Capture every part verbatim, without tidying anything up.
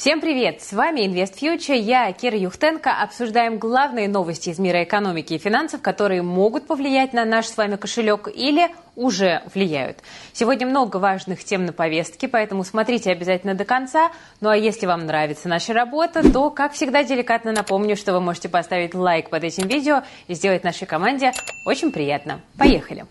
Всем привет! С вами Invest Future, я Кира Юхтенко. Обсуждаем главные новости из мира экономики и финансов, которые могут повлиять на наш с вами кошелек или уже влияют. Сегодня много важных тем на повестке, поэтому смотрите обязательно до конца. Ну а если вам нравится наша работа, то, как всегда, деликатно напомню, что вы можете поставить лайк под этим видео и сделать нашей команде очень приятно. Поехали!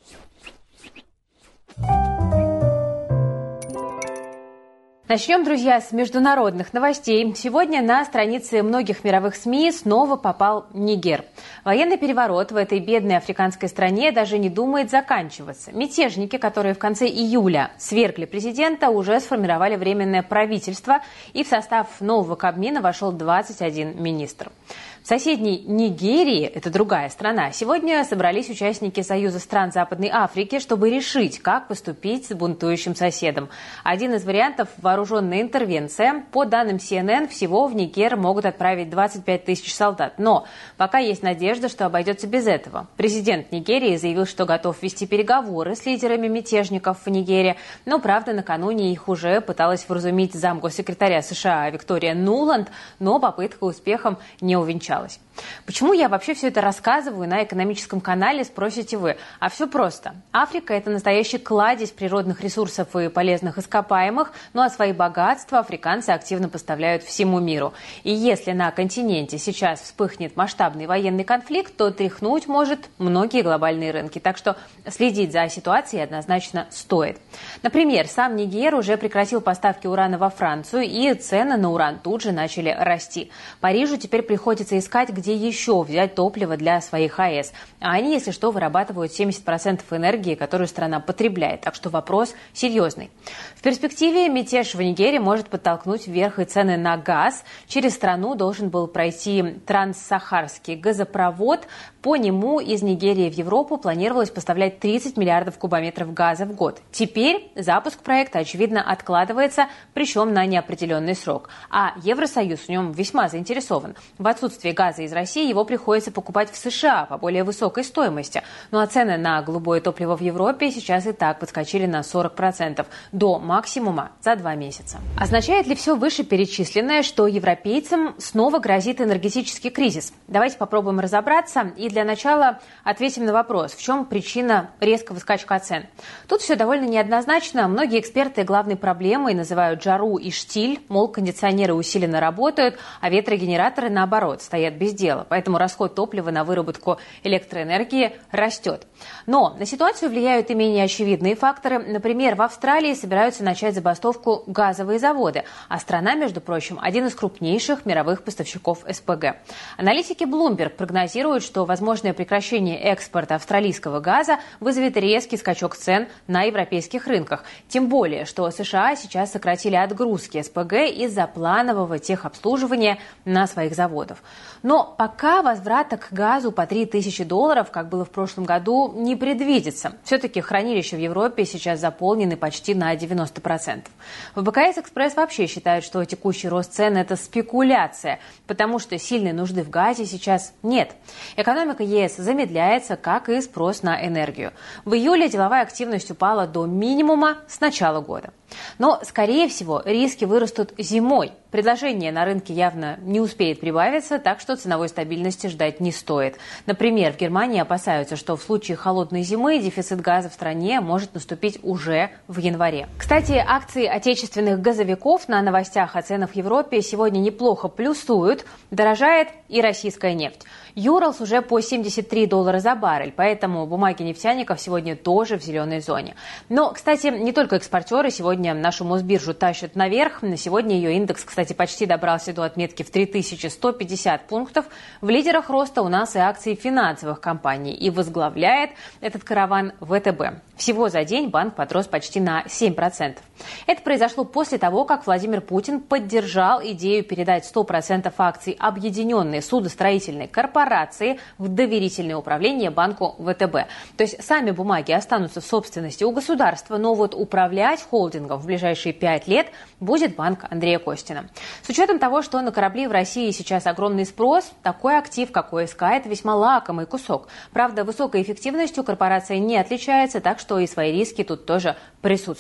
Начнем, друзья, с международных новостей. Сегодня на странице многих мировых СМИ снова попал Нигер. Военный переворот в этой бедной африканской стране даже не думает заканчиваться. Мятежники, которые в конце июля свергли президента, уже сформировали временное правительство, и в состав нового Кабмина вошел двадцать один министр. В соседней Нигерии, это другая страна, сегодня собрались участники Союза стран Западной Африки, чтобы решить, как поступить с бунтующим соседом. Один из вариантов – вооруженная интервенция. По данным си эн эн, всего в Нигер могут отправить двадцать пять тысяч солдат. Но пока есть надежда, что обойдется без этого. Президент Нигерии заявил, что готов вести переговоры с лидерами мятежников в Нигере. Но, правда, накануне их уже пыталась вразумить замгоссекретаря США Виктория Нуланд, но попытка успехом не увенчалась. Почему я вообще все это рассказываю на экономическом канале, спросите вы? А все просто. Африка – это настоящий кладезь природных ресурсов и полезных ископаемых, ну а свои богатства африканцы активно поставляют всему миру. И если на континенте сейчас вспыхнет масштабный военный конфликт, то тряхнуть может многие глобальные рынки. Так что следить за ситуацией однозначно стоит. Например, сам Нигер уже прекратил поставки урана во Францию, и цены на уран тут же начали расти. Парижу теперь приходится искать, где еще взять топливо для своих АЭС. А они, если что, вырабатывают семьдесят процентов энергии, которую страна потребляет. Так что вопрос серьезный. В перспективе мятеж в Нигере может подтолкнуть вверх и цены на газ. Через страну должен был пройти транссахарский газопровод. По нему из Нигерии в Европу планировалось поставлять тридцать миллиардов кубометров газа в год. Теперь запуск проекта, очевидно, откладывается, причем на неопределенный срок. А Евросоюз в нем весьма заинтересован. В отсутствие газа из России его приходится покупать в США по более высокой стоимости. Ну а цены на голубое топливо в Европе сейчас и так подскочили на сорок процентов до максимума за два месяца. Означает ли все вышеперечисленное, что европейцам снова грозит энергетический кризис? Давайте попробуем разобраться и для начала ответим на вопрос, в чем причина резкого скачка цен. Тут все довольно неоднозначно. Многие эксперты главной проблемой называют жару и штиль, мол, кондиционеры усиленно работают, а ветрогенераторы, наоборот, стоят без дела. Поэтому расход топлива на выработку электроэнергии растет. Но на ситуацию влияют и менее очевидные факторы. Например, в Австралии собираются начать забастовку газовые заводы, а страна, между прочим, один из крупнейших мировых поставщиков эс пэ гэ. Аналитики Bloomberg прогнозируют, что возможное прекращение экспорта австралийского газа вызовет резкий скачок цен на европейских рынках. Тем более, что США сейчас сократили отгрузки эс пэ гэ из-за планового техобслуживания на своих заводах. Но пока возврата к газу по три тысячи долларов, как было в прошлом году, не предвидится. Все-таки хранилища в Европе сейчас заполнены почти на девяносто процентов. В бэ ка эс Экспресс вообще считают, что текущий рост цен – это спекуляция, потому что сильной нужды в газе сейчас нет. Экономика е эс замедляется, как и спрос на энергию. В июле деловая активность упала до минимума с начала года. Но, скорее всего, риски вырастут зимой. Предложение на рынке явно не успеет прибавиться, так что ценовой стабильности ждать не стоит. Например, в Германии опасаются, что в случае холодной зимы дефицит газа в стране может наступить уже в январе. Кстати, акции отечественных газовиков на новостях о ценах в Европе сегодня неплохо плюсуют. Дорожает и российская нефть. Юралс уже по семьдесят три доллара за баррель, поэтому бумаги нефтяников сегодня тоже в зеленой зоне. Но, кстати, не только экспортеры сегодня нашу Мосбиржу тащат наверх. На сегодня ее индекс, кстати, почти добрался до отметки в три тысячи сто пятьдесят пунктов. В лидерах роста у нас и акции финансовых компаний. И возглавляет этот караван вэ тэ бэ. Всего за день банк подрос почти на семь процентов. Это произошло после того, как Владимир Путин поддержал идею передать сто процентов акций Объединенной судостроительной корпорации в доверительное управление банку вэ тэ бэ. То есть сами бумаги останутся в собственности у государства, но вот управлять холдингом в ближайшие пять лет будет банк Андрея Костина. С учетом того, что на корабли в России сейчас огромный спрос, такой актив, как о эс ка, это весьма лакомый кусок. Правда, высокой эффективностью корпорация не отличается, так что и свои риски тут тоже присутствуют.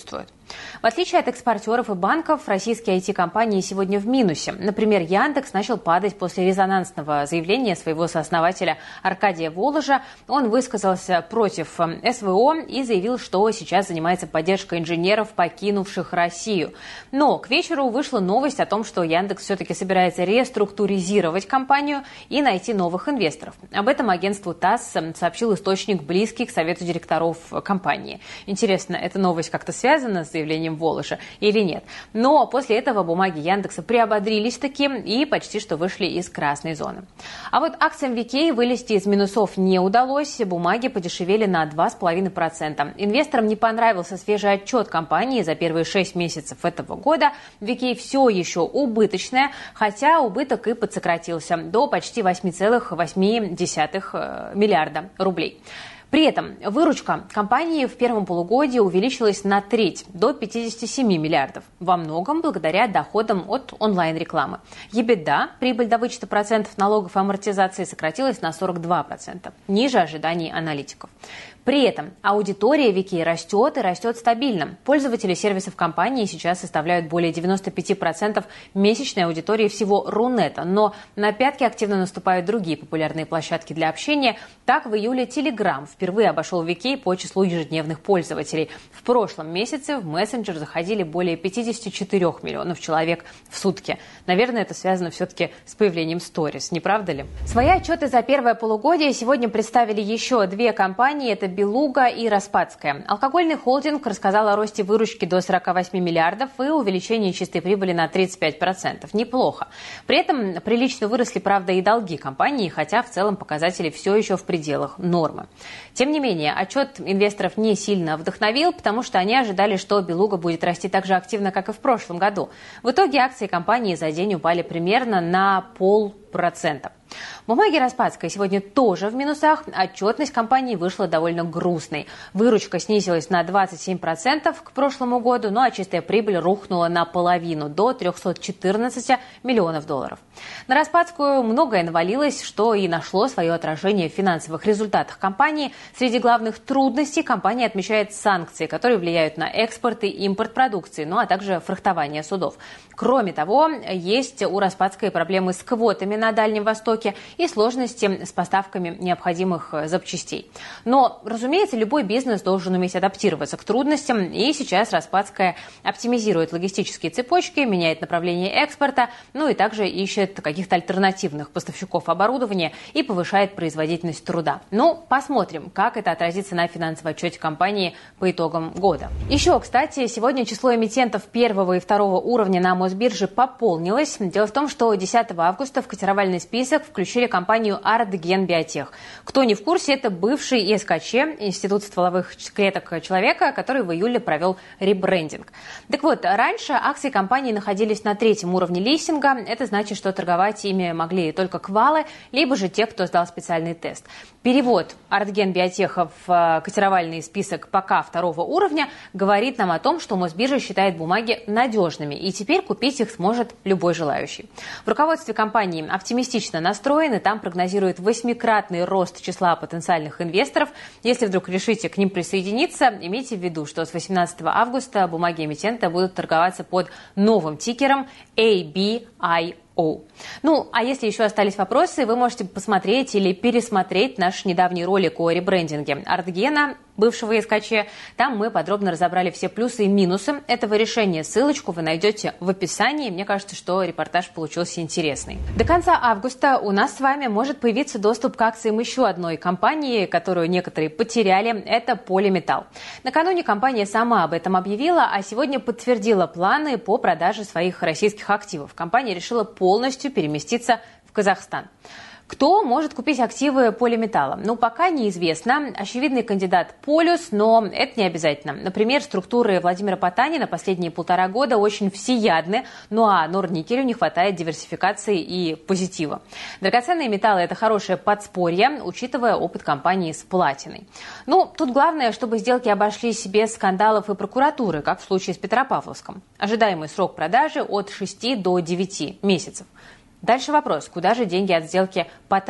В отличие от экспортеров и банков, российские ай ти-компании сегодня в минусе. Например, Яндекс начал падать после резонансного заявления своего сооснователя Аркадия Воложа. Он высказался против эс вэ о и заявил, что сейчас занимается поддержкой инженеров, покинувших Россию. Но к вечеру вышла новость о том, что Яндекс все-таки собирается реструктуризировать компанию и найти новых инвесторов. Об этом агентству ТАСС сообщил источник, близкий к совету директоров компании. Интересно, эта новость как-то связана с заявлением Воложа или нет? Но после этого бумаги Яндекса приободрились таки и почти что вышли из красной зоны. А вот акциям ви кей вылезти из минусов не удалось. Бумаги подешевели на два с половиной процента. Инвесторам не понравился свежий отчет компании за первые шесть месяцев этого года. ви кей все еще убыточная, хотя убыток и подсократился до почти восемь целых восемь десятых миллиарда рублей. При этом выручка компании в первом полугодии увеличилась на треть, до пятидесяти семи миллиардов, во многом благодаря доходам от онлайн-рекламы. EBITDA, прибыль до вычета процентов налогов и амортизации, сократилась на сорок два процента, ниже ожиданий аналитиков. При этом аудитория ви кей растет и растет стабильно. Пользователи сервисов компании сейчас составляют более девяноста пяти процентов месячной аудитории всего Рунета. Но на пятки активно наступают другие популярные площадки для общения. Так, в июле Telegram впервые обошел ви кей по числу ежедневных пользователей. В прошлом месяце в мессенджер заходили более пятидесяти четырёх миллионов человек в сутки. Наверное, это связано все-таки с появлением сторис, не правда ли? Свои отчеты за первое полугодие сегодня представили еще две компании. Это Белуга и Распадская. Алкогольный холдинг рассказал о росте выручки до сорока восьми миллиардов и увеличении чистой прибыли на тридцать пять процентов. Неплохо. При этом прилично выросли, правда, и долги компании, хотя в целом показатели все еще в пределах нормы. Тем не менее, отчет инвесторов не сильно вдохновил, потому что они ожидали, что Белуга будет расти так же активно, как и в прошлом году. В итоге акции компании за день упали примерно на полпроцента. Бумаги Распадской сегодня тоже в минусах. Отчетность компании вышла довольно грустной. Выручка снизилась на двадцать семь процентов к прошлому году, ну а чистая прибыль рухнула наполовину, до трёхсот четырнадцати миллионов долларов. На Распадскую многое навалилось, что и нашло свое отражение в финансовых результатах компании. Среди главных трудностей компания отмечает санкции, которые влияют на экспорт и импорт продукции, ну а также фрахтование судов. Кроме того, есть у Распадской проблемы с квотами на Дальнем Востоке и сложности с поставками необходимых запчастей. Но, разумеется, любой бизнес должен уметь адаптироваться к трудностям, и сейчас Распадская оптимизирует логистические цепочки, меняет направление экспорта, ну и также ищет каких-то альтернативных поставщиков оборудования и повышает производительность труда. Ну, посмотрим, как это отразится на финансовом отчете компании по итогам года. Еще, кстати, сегодня число эмитентов первого и второго уровня на Мосбирже пополнилось. Дело в том, что десятого августа в котировальный список включили компанию Артген Биотех. Кто не в курсе, это бывший и эс ка че, Институт стволовых клеток человека, который в июле провел ребрендинг. Так вот, раньше акции компании находились на третьем уровне листинга. Это значит, что торговать ими могли только квалы, либо же те, кто сдал специальный тест. Перевод Артген Биотеха в котировальный список пока второго уровня говорит нам о том, что Мосбиржа считает бумаги надежными, и теперь купить их сможет любой желающий. В руководстве компании оптимистично настроены, там прогнозируют восьмикратный рост числа потенциальных инвесторов. Если вдруг решите к ним присоединиться, имейте в виду, что с восемнадцатого августа бумаги эмитента будут торговаться под новым тикером эй би ай о. Ну, а если еще остались вопросы, вы можете посмотреть или пересмотреть наш недавний ролик о ребрендинге Артгена, бывшего и эс ка че. Там мы подробно разобрали все плюсы и минусы этого решения. Ссылочку вы найдете в описании. Мне кажется, что репортаж получился интересный. До конца августа у нас с вами может появиться доступ к акциям еще одной компании, которую некоторые потеряли. Это Полиметалл. Накануне компания сама об этом объявила, а сегодня подтвердила планы по продаже своих российских активов. Компания решила полностью переместиться в Казахстан. Кто может купить активы Полиметалла? Ну, пока неизвестно. Очевидный кандидат Полюс, но это не обязательно. Например, структуры Владимира Потанина последние полтора года очень всеядны, ну а Норникелю не хватает диверсификации и позитива. Драгоценные металлы – это хорошее подспорье, учитывая опыт компании с платиной. Ну, тут главное, чтобы сделки обошлись без скандалов и прокуратуры, как в случае с Петропавловском. Ожидаемый срок продажи от шести до девяти месяцев. Дальше вопрос, куда же деньги от сделки потратят?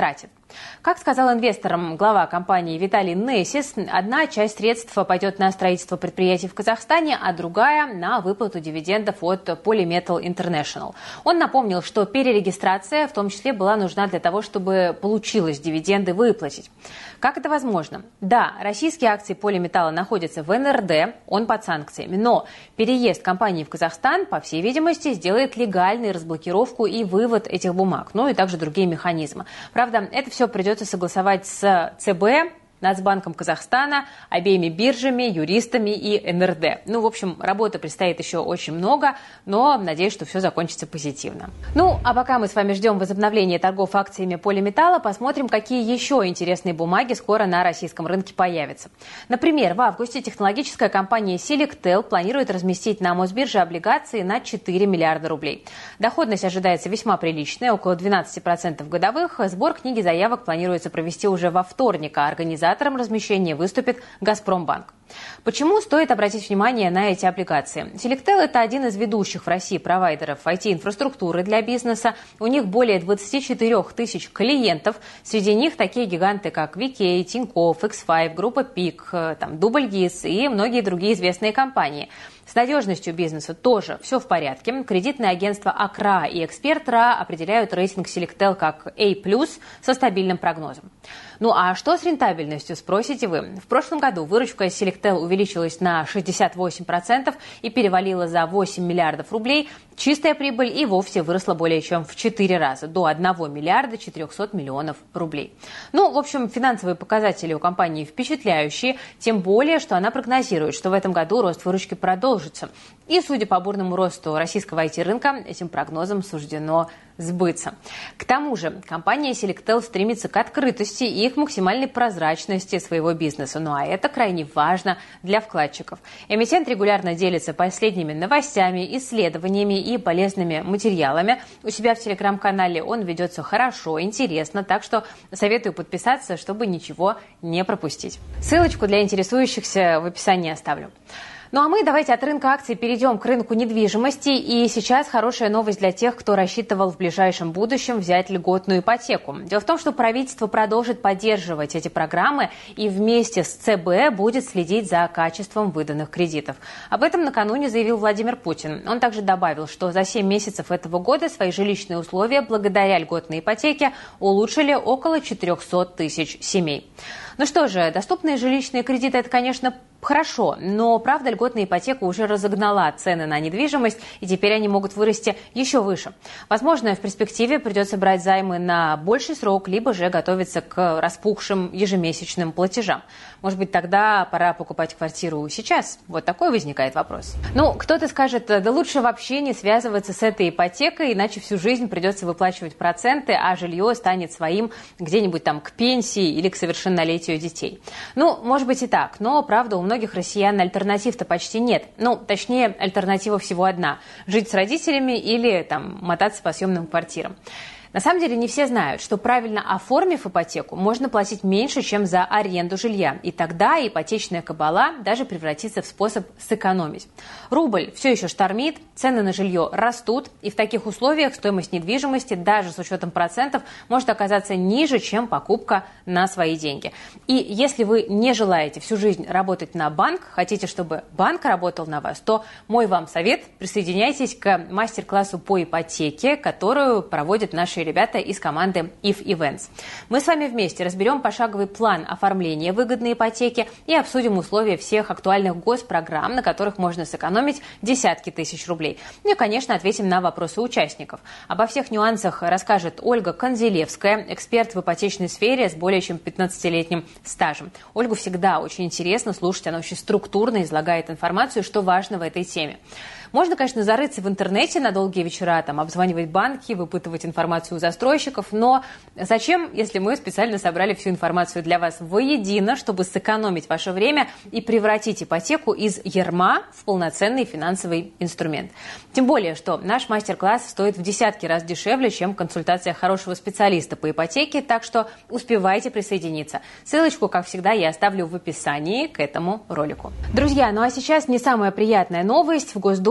Как сказал инвесторам глава компании Виталий Несис, одна часть средств пойдет на строительство предприятий в Казахстане, а другая – на выплату дивидендов от Polymetal International. Он напомнил, что перерегистрация в том числе была нужна для того, чтобы получилось дивиденды выплатить. Как это возможно? Да, российские акции Polymetal находятся в эн эр дэ, он под санкциями, но переезд компании в Казахстан, по всей видимости, сделает легальной разблокировку и вывод этих бумаг, ну и также другие механизмы. Правда, это все придется согласовать с цэ бэ, Нацбанком Казахстана, обеими биржами, юристами и эн эр дэ. Ну, в общем, работы предстоит еще очень много, но надеюсь, что все закончится позитивно. Ну, а пока мы с вами ждем возобновления торгов акциями Polymetal, посмотрим, какие еще интересные бумаги скоро на российском рынке появятся. Например, в августе технологическая компания Selectel планирует разместить на Мосбирже облигации на четыре миллиарда рублей. Доходность ожидается весьма приличная, около двенадцати процентов годовых. Сбор книги заявок планируется провести уже во вторник, а организация Организатором размещения выступит «Газпромбанк». Почему стоит обратить внимание на эти облигации? Selectel – это один из ведущих в России провайдеров ай ти-инфраструктуры для бизнеса. У них более двадцати четырёх тысяч клиентов. Среди них такие гиганты, как ви кей, Тинькофф, икс пять, группа пик, там, Дубльгиз и многие другие известные компании. С надежностью бизнеса тоже все в порядке. Кредитные агентства Акра и Экспертра определяют рейтинг Selectel как A плюс со стабильным прогнозом. Ну а что с рентабельностью, спросите вы? В прошлом году выручка Selectel увеличилась на шестьдесят восемь процентов и перевалила за восемь миллиардов рублей. Чистая прибыль и вовсе выросла более чем в четыре раза, до одного миллиарда четырехсот миллионов рублей. Ну, в общем, финансовые показатели у компании впечатляющие, тем более, что она прогнозирует, что в этом году рост выручки продолжится. И, судя по бурному росту российского ай ти-рынка, этим прогнозам суждено сбыться. К тому же, компания Selectel стремится к открытости и к максимальной прозрачности своего бизнеса. Ну а это крайне важно для вкладчиков. Эмитент регулярно делится последними новостями, исследованиями и полезными материалами. У себя в телеграм-канале он ведется хорошо, интересно, так что советую подписаться, чтобы ничего не пропустить. Ссылочку для интересующихся в описании оставлю. Ну а мы давайте от рынка акций перейдем к рынку недвижимости. И сейчас хорошая новость для тех, кто рассчитывал в ближайшем будущем взять льготную ипотеку. Дело в том, что правительство продолжит поддерживать эти программы и вместе с цэ бэ будет следить за качеством выданных кредитов. Об этом накануне заявил Владимир Путин. Он также добавил, что за семь месяцев этого года свои жилищные условия благодаря льготной ипотеке улучшили около четырехсот тысяч семей. Ну что же, доступные жилищные кредиты – это, конечно, хорошо, но, правда, льготная ипотека уже разогнала цены на недвижимость, и теперь они могут вырасти еще выше. Возможно, в перспективе придется брать займы на больший срок, либо же готовиться к распухшим ежемесячным платежам. Может быть, тогда пора покупать квартиру сейчас? Вот такой возникает вопрос. Ну, кто-то скажет, да лучше вообще не связываться с этой ипотекой, иначе всю жизнь придется выплачивать проценты, а жилье станет своим где-нибудь там к пенсии или к совершеннолетию детей. Ну, может быть и так, но, правда, у многих россиян альтернатив-то почти нет. Ну, точнее, альтернатива всего одна – жить с родителями или там мотаться по съемным квартирам. На самом деле не все знают, что правильно оформив ипотеку, можно платить меньше, чем за аренду жилья. И тогда ипотечная кабала даже превратится в способ сэкономить. Рубль все еще штормит, цены на жилье растут, и в таких условиях стоимость недвижимости, даже с учетом процентов, может оказаться ниже, чем покупка на свои деньги. И если вы не желаете всю жизнь работать на банк, хотите, чтобы банк работал на вас, то мой вам совет – присоединяйтесь к мастер-классу по ипотеке, которую проводят наши ребята из команды ай эф Events. Мы с вами вместе разберем пошаговый план оформления выгодной ипотеки и обсудим условия всех актуальных госпрограмм, на которых можно сэкономить десятки тысяч рублей. Ну и, конечно, ответим на вопросы участников. Обо всех нюансах расскажет Ольга Конзелевская, эксперт в ипотечной сфере с более чем пятнадцатилетним стажем. Ольгу всегда очень интересно слушать, она очень структурно излагает информацию, что важно в этой теме. Можно, конечно, зарыться в интернете на долгие вечера, там, обзванивать банки, выпытывать информацию у застройщиков, но зачем, если мы специально собрали всю информацию для вас воедино, чтобы сэкономить ваше время и превратить ипотеку из ярма в полноценный финансовый инструмент. Тем более, что наш мастер-класс стоит в десятки раз дешевле, чем консультация хорошего специалиста по ипотеке, так что успевайте присоединиться. Ссылочку, как всегда, я оставлю в описании к этому ролику. Друзья, ну а сейчас не самая приятная новость. В Госдуме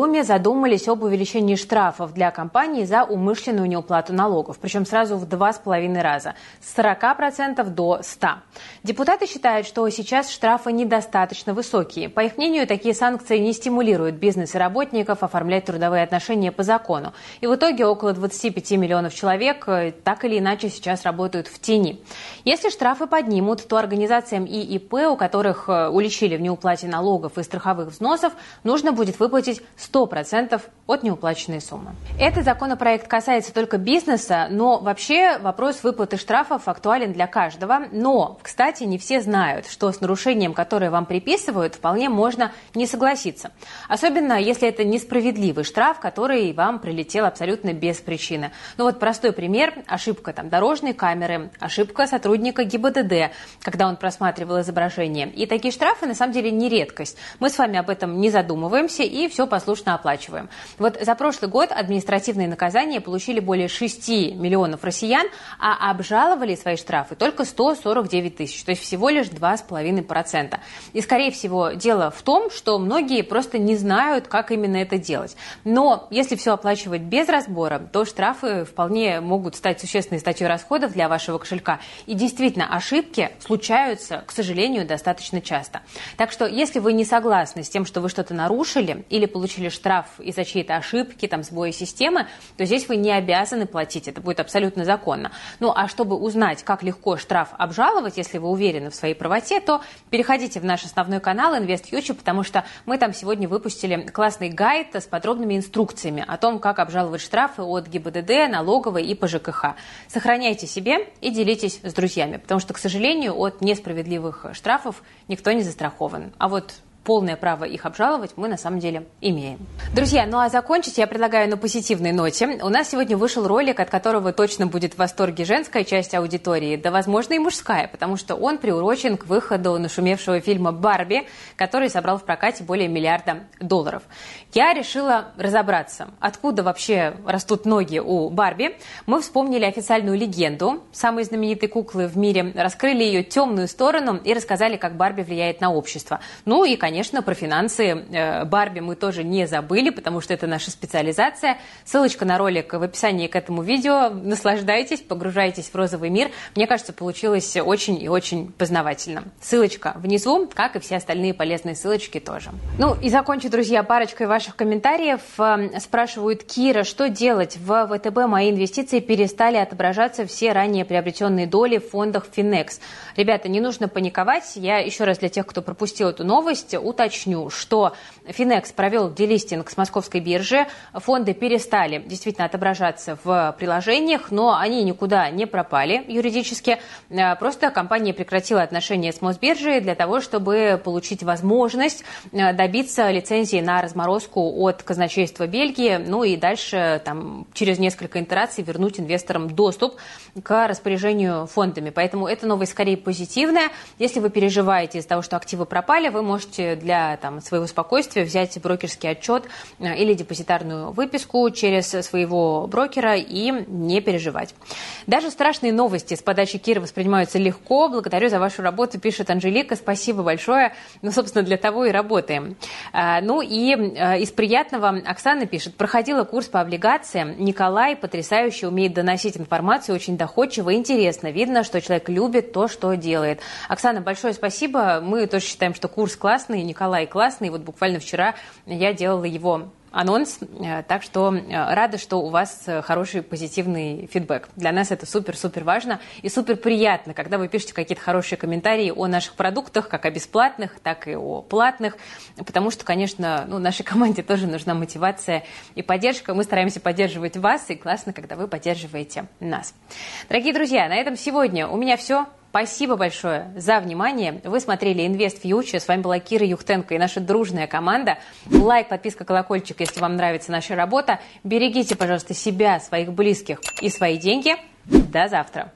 Госдуме задумались об увеличении штрафов для компаний за умышленную неуплату налогов, причем сразу в два с половиной раза, с сорока процентов до ста процентов. Депутаты считают, что сейчас штрафы недостаточно высокие. По их мнению, такие санкции не стимулируют бизнес и работников оформлять трудовые отношения по закону. И в итоге около двадцати пяти миллионов человек так или иначе сейчас работают в тени. Если штрафы поднимут, то организациям и и пэ, у которых уличили в неуплате налогов и страховых взносов, нужно будет выплатить сто процентов от неуплаченной суммы. Этот законопроект касается только бизнеса, но вообще вопрос выплаты штрафов актуален для каждого. Но, кстати, не все знают, что с нарушением, которое вам приписывают, вполне можно не согласиться. Особенно, если это несправедливый штраф, который вам прилетел абсолютно без причины. Ну вот простой пример – ошибка там, дорожной камеры, ошибка сотрудника гэ и бэ дэ дэ, когда он просматривал изображение. И такие штрафы на самом деле не редкость. Мы с вами об этом не задумываемся и все послушно оплачиваем. Вот за прошлый год административные наказания получили более шести миллионов россиян, а обжаловали свои штрафы только сто сорок девять тысяч, то есть всего лишь два с половиной процента. И, скорее всего, дело в том, что многие просто не знают, как именно это делать. Но если все оплачивать без разбора, то штрафы вполне могут стать существенной статьей расходов для вашего кошелька. И действительно, ошибки случаются, к сожалению, достаточно часто. Так что, если вы не согласны с тем, что вы что-то нарушили или получили штраф из-за чьей-то ошибки, там, сбоя системы, то здесь вы не обязаны платить. Это будет абсолютно законно. Ну, а чтобы узнать, как легко штраф обжаловать, если вы уверены в своей правоте, то переходите в наш основной канал InvestFuture, потому что мы там сегодня выпустили классный гайд с подробными инструкциями о том, как обжаловать штрафы от гэ и бэ дэ дэ, налоговой и пэ жэ ка ха. Сохраняйте себе и делитесь с друзьями, потому что, к сожалению, от несправедливых штрафов никто не застрахован. А вот полное право их обжаловать мы на самом деле имеем. Друзья, ну а закончить я предлагаю на позитивной ноте. У нас сегодня вышел ролик, от которого точно будет в восторге женская часть аудитории, да, возможно, и мужская, потому что он приурочен к выходу нашумевшего фильма «Барби», который собрал в прокате более миллиарда долларов. Я решила разобраться, откуда вообще растут ноги у Барби. Мы вспомнили официальную легенду самой знаменитой куклы в мире, раскрыли ее темную сторону и рассказали, как Барби влияет на общество. Ну и, конечно, Конечно, про финансы Барби мы тоже не забыли, потому что это наша специализация. Ссылочка на ролик в описании к этому видео. Наслаждайтесь, погружайтесь в розовый мир. Мне кажется, получилось очень и очень познавательно. Ссылочка внизу, как и все остальные полезные ссылочки тоже. Ну и закончу, друзья, парочкой ваших комментариев. Спрашивают: Кира, что делать? В вэ тэ бэ мои инвестиции перестали отображаться все ранее приобретенные доли в фондах Finex. Ребята, не нужно паниковать. Я еще раз для тех, кто пропустил эту новость, уточню, что Finex провел делистинг с московской биржи. Фонды перестали действительно отображаться в приложениях, но они никуда не пропали юридически. Просто компания прекратила отношения с Мосбиржей для того, чтобы получить возможность добиться лицензии на разморозку от казначейства Бельгии, ну и дальше там, через несколько итераций вернуть инвесторам доступ к распоряжению фондами. Поэтому эта новость скорее позитивная. Если вы переживаете из-за того, что активы пропали, вы можете для там, своего спокойствия взять брокерский отчет или депозитарную выписку через своего брокера и не переживать. Даже страшные новости с подачи Киры воспринимаются легко. Благодарю за вашу работу, пишет Анжелика. Спасибо большое. Ну, собственно, для того и работаем. Ну и из приятного Оксана пишет: проходила курс по облигациям. Николай потрясающе умеет доносить информацию, очень доходчиво и интересно. Видно, что человек любит то, что делает. Оксана, большое спасибо. Мы тоже считаем, что курс классный, Николай классный. Вот буквально вчера я делала его анонс, так что рада, что у вас хороший позитивный фидбэк. Для нас это супер-супер важно и супер приятно, когда вы пишете какие-то хорошие комментарии о наших продуктах, как о бесплатных, так и о платных, потому что, конечно, ну, нашей команде тоже нужна мотивация и поддержка. Мы стараемся поддерживать вас, и классно, когда вы поддерживаете нас. Дорогие друзья, на этом сегодня у меня все. Спасибо большое за внимание. Вы смотрели InvestFuture. С вами была Кира Юхтенко и наша дружная команда. Лайк, подписка, колокольчик, если вам нравится наша работа. Берегите, пожалуйста, себя, своих близких и свои деньги. До завтра.